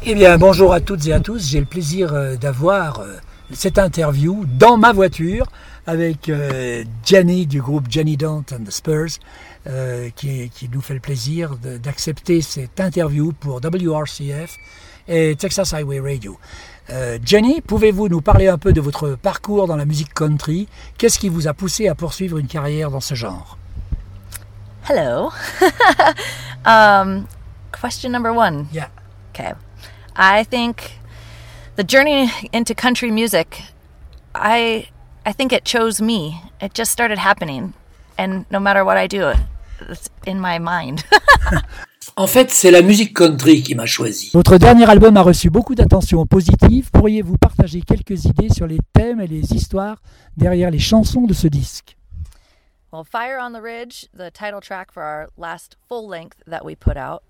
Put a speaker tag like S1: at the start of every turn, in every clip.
S1: Eh bien, bonjour à toutes et à tous. J'ai le plaisir d'avoir cette interview dans ma voiture avec Jenny du groupe Jenny Don't and the Spurs qui nous fait le plaisir d'accepter cette interview pour WRCF et Texas Highway Radio. Jenny, pouvez-vous nous parler un peu de votre parcours dans la musique country? Qu'est-ce qui vous a poussé à poursuivre une carrière dans ce genre?
S2: Hello. Question number one.
S1: Yeah.
S2: Okay. I think the journey into country music, I think it chose me. It just started happening. And no matter what I do, it's in my mind.
S1: En fait, c'est la musique country qui m'a choisi. Votre dernier album a reçu beaucoup d'attention positive. Pourriez-vous partager quelques idées sur les thèmes et les histoires derrière les chansons de ce disque?
S2: Well, Fire on the Ridge, the title track for our last full length that we put out,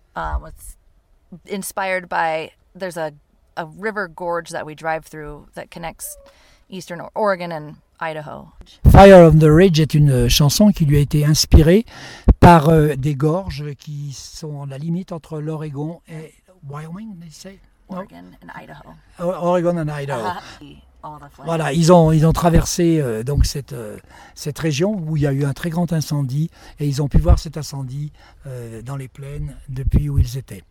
S2: was inspired by, there's a river gorge that we drive through that connects eastern Oregon and Idaho.
S1: Fire on the Ridge est une chanson qui lui a été inspirée par des gorges qui sont à la limite entre l'Oregon et Wyoming, they say?
S2: Oregon and Idaho.
S1: Oregon and Idaho.
S2: All the flames.
S1: Voilà, ils ont traversé donc cette région où il y a eu un très grand incendie et ils ont pu voir cet incendie dans les plaines depuis où ils étaient.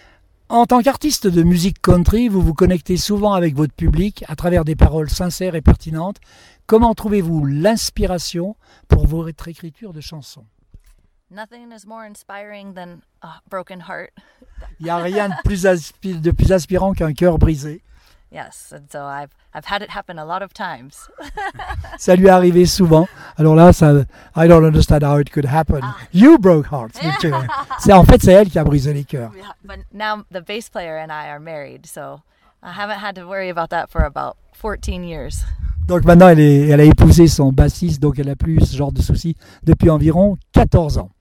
S1: En tant qu'artiste de musique country, vous vous connectez souvent avec votre public à travers des paroles sincères et pertinentes. Comment trouvez-vous l'inspiration pour votre écriture de chansons?
S2: Nothing is more inspiring than a broken heart.
S1: Il n'y a rien de plus inspirant qu'un cœur brisé.
S2: Yes, and so I've had it happen a lot of times.
S1: Ça lui est arrivé souvent. Alors là, I don't understand how it could happen. You broke hearts. En fait, c'est elle qui a brisé les cœurs.
S2: Yeah, but now the bass player and I are married, so I haven't had to worry about that for about 14 years.
S1: Donc maintenant, elle a épousé son bassiste, donc elle n'a plus ce genre de soucis depuis environ 14 ans.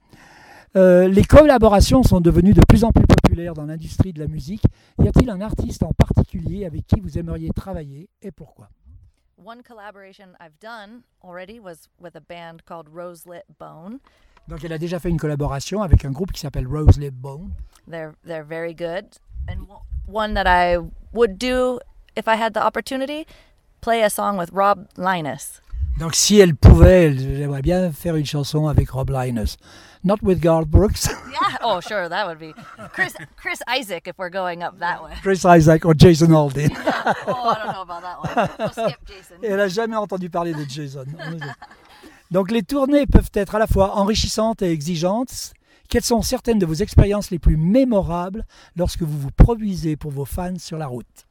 S1: Les collaborations sont devenues de plus en plus populaires dans l'industrie de la musique. Y a-t-il un artiste en particulier avec qui vous aimeriez travailler et pourquoi?
S2: One collaboration I've done already was with a band called Roselit Bone.
S1: Donc elle a déjà fait une collaboration avec un groupe qui s'appelle Roselit Bone.
S2: They're very good. And one that I would do if I had the opportunity, play a song with Rob Linus.
S1: Donc si elle pouvait, elle aimerait bien faire une chanson avec Rob Linus. Not with Garth Brooks.
S2: Yeah, oh sure, that would be Chris Isaac if we're going up that way.
S1: Chris Isaac or Jason Aldean.
S2: Yeah. Oh, I don't know about that one. We'll skip Jason.
S1: Elle n'a jamais entendu parler de Jason. Donc les tournées peuvent être à la fois enrichissantes et exigeantes. Quelles sont certaines de vos expériences les plus mémorables lorsque vous vous produisez pour vos fans sur la route?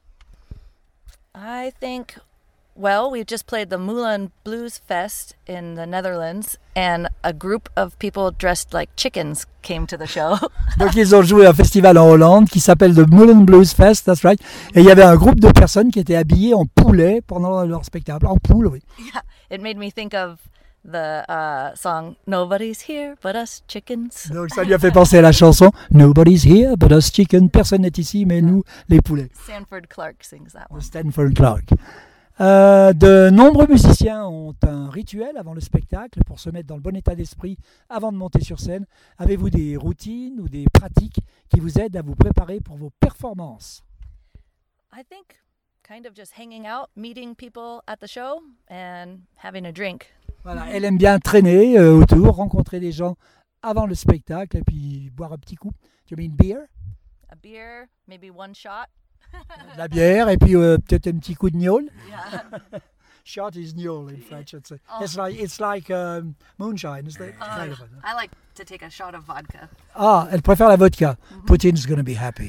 S2: I think, well, we've just played the Moulin Blues Fest in the Netherlands, and a group of people dressed like chickens came to the show.
S1: Donc ils ont joué à un festival en Hollande qui s'appelle The Moulin Blues Fest, that's right. Et il y avait un groupe de personnes qui étaient habillées en poulet pendant leur spectacle, en poule, oui.
S2: Yeah, it made me think of the song Nobody's Here But Us Chickens.
S1: Donc ça lui a fait penser à la chanson Nobody's Here But Us Chicken. Personne n'est ici mais nous, les poulets.
S2: Sanford Clark sings that one.
S1: Stanford Clark. De nombreux musiciens ont un rituel avant le spectacle pour se mettre dans le bon état d'esprit avant de monter sur scène. Avez-vous des routines ou des pratiques qui vous aident à vous préparer pour vos performances?
S2: I think kind of just hanging out, meeting people at the show and having a drink.
S1: Voilà, elle aime bien traîner autour, rencontrer des gens avant le spectacle et puis boire un petit coup. Tu mean beer?
S2: A beer, maybe one shot.
S1: De la bière et puis peut-être un petit coup de gnôle.
S2: Yeah.
S1: Shot is gnôle in French.
S2: Oh.
S1: It's like moonshine, isn't it? Kind of.
S2: I like to take a shot of vodka.
S1: Ah, elle préfère la vodka. Putin's going to be happy.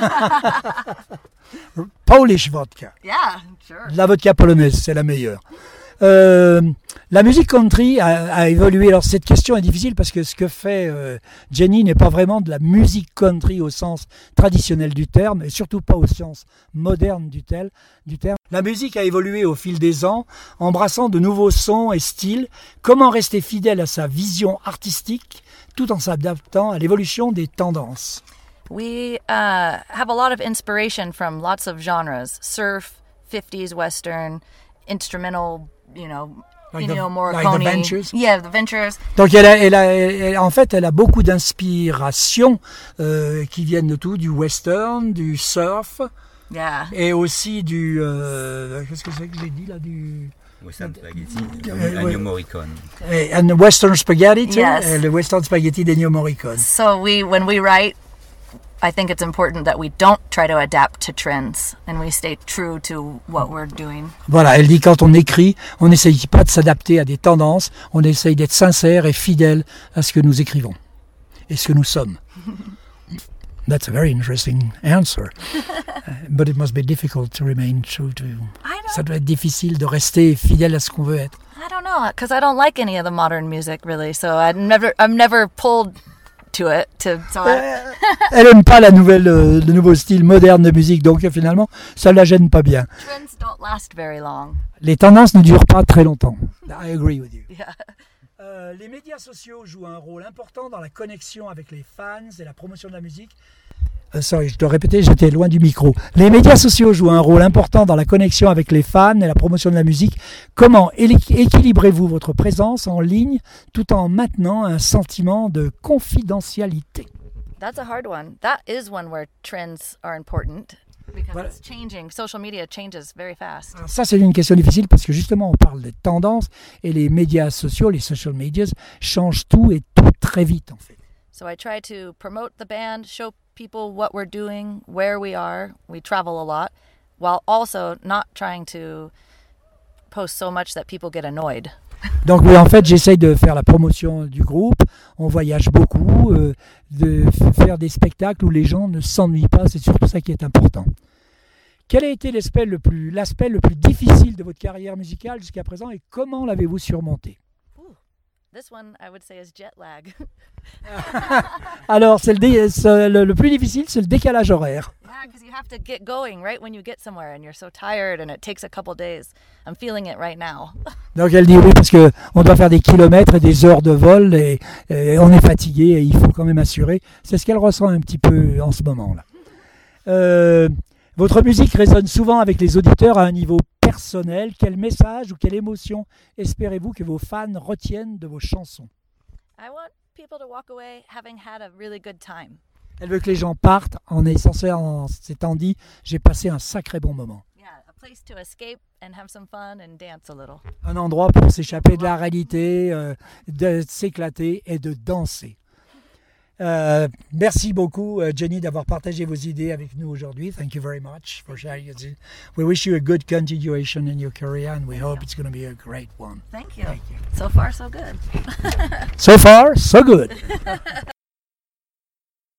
S1: Polish vodka.
S2: Yeah, sure.
S1: La vodka polonaise, c'est la meilleure. La musique country a évolué. Alors cette question est difficile parce que ce que fait Jenny n'est pas vraiment de la musique country au sens traditionnel du terme et surtout pas au sens moderne du terme. La musique a évolué au fil des ans, embrassant de nouveaux sons et styles. Comment rester fidèle à sa vision artistique tout en s'adaptant à l'évolution des tendances?
S2: We have a lot of inspiration from lots of genres: surf, 50s western, instrumental, Ennio
S1: Like
S2: Morricone.
S1: the Ventures.
S2: Yeah, the Ventures.
S1: Donc en fait, elle a beaucoup d'inspirations qui viennent de tout, du western, du surf,
S2: Yeah.
S1: et aussi du... qu'est-ce que c'est que j'ai dit là du...
S3: Western Spaghetti,
S1: ouais.
S3: Ennio Morricone.
S1: And western spaghetti, tu sais,
S2: Yes.
S1: le western spaghetti d'Ennio Morricone.
S2: So when we write, I think it's important that we don't try to adapt to trends and we stay true to what we're doing.
S1: Voilà, elle dit quand on écrit, on n'essaye pas de s'adapter à des tendances, on essaye d'être sincère et fidèle à ce que nous écrivons et ce que nous sommes. That's a very interesting answer. But it must be difficult to remain true to... Ça doit être difficile de rester fidèle à ce qu'on veut être.
S2: I don't know, because I don't like any of the modern music really. So I'm never pulled to it.
S1: Elle aime pas le nouveau style moderne de musique, donc finalement, ça la gêne pas bien.
S2: Trends don't last very long.
S1: Les tendances ne durent pas très longtemps. I agree with you.
S2: Yeah.
S1: Les médias sociaux jouent un rôle important dans la connexion avec les fans et la promotion de la musique. Je dois répéter, j'étais loin du micro. Les médias sociaux jouent un rôle important dans la connexion avec les fans et la promotion de la musique. Comment équilibrez-vous votre présence en ligne tout en maintenant un sentiment de confidentialité?
S2: That's a hard one. That is one where trends are important because
S1: Voilà.
S2: it's changing. Social media changes very fast.
S1: Alors ça, c'est une question difficile parce que justement, on parle des tendances et les médias sociaux, les social medias, changent tout et tout très vite en fait.
S2: So I try to promote the band, show people what we're doing, where we are. We travel a lot, while also not trying to post so much that people get annoyed.
S1: Donc oui, en fait, j'essaye de faire la promotion du groupe. On voyage beaucoup, de faire des spectacles où les gens ne s'ennuient pas. C'est surtout ça qui est important. Quel a été l'aspect le plus difficile de votre carrière musicale jusqu'à présent et comment l'avez-vous surmonté?
S2: This one, I would say, is jet lag.
S1: Alors, le plus difficile, c'est le décalage horaire.
S2: Yeah, because you have to get going right when you get somewhere, and you're so tired, and it takes a couple days. I'm feeling it right now.
S1: Donc elle dit oui parce que on doit faire des kilomètres et des heures de vol et on est fatigué et il faut quand même assurer. C'est ce qu'elle ressent un petit peu en ce moment là. Votre musique résonne souvent avec les auditeurs à un niveau personnel. Quel message ou quelle émotion espérez-vous que vos fans retiennent de vos chansons?
S2: I want people to walk away having had a really good time.
S1: Elle veut que les gens partent en s'étant dit j'ai passé un sacré bon moment.
S2: Yeah, a place to escape and have some fun and dance a little.
S1: Un endroit pour s'échapper de la réalité, de s'éclater et de danser. Merci beaucoup, Jenny, d'avoir partagé vos idées avec nous aujourd'hui. Thank you very much for sharing your ideas. We wish you a good continuation in your career and we hope it's going to be a great one.
S2: Thank you.
S1: Thank you.
S2: So far, so good.
S1: So far, so good.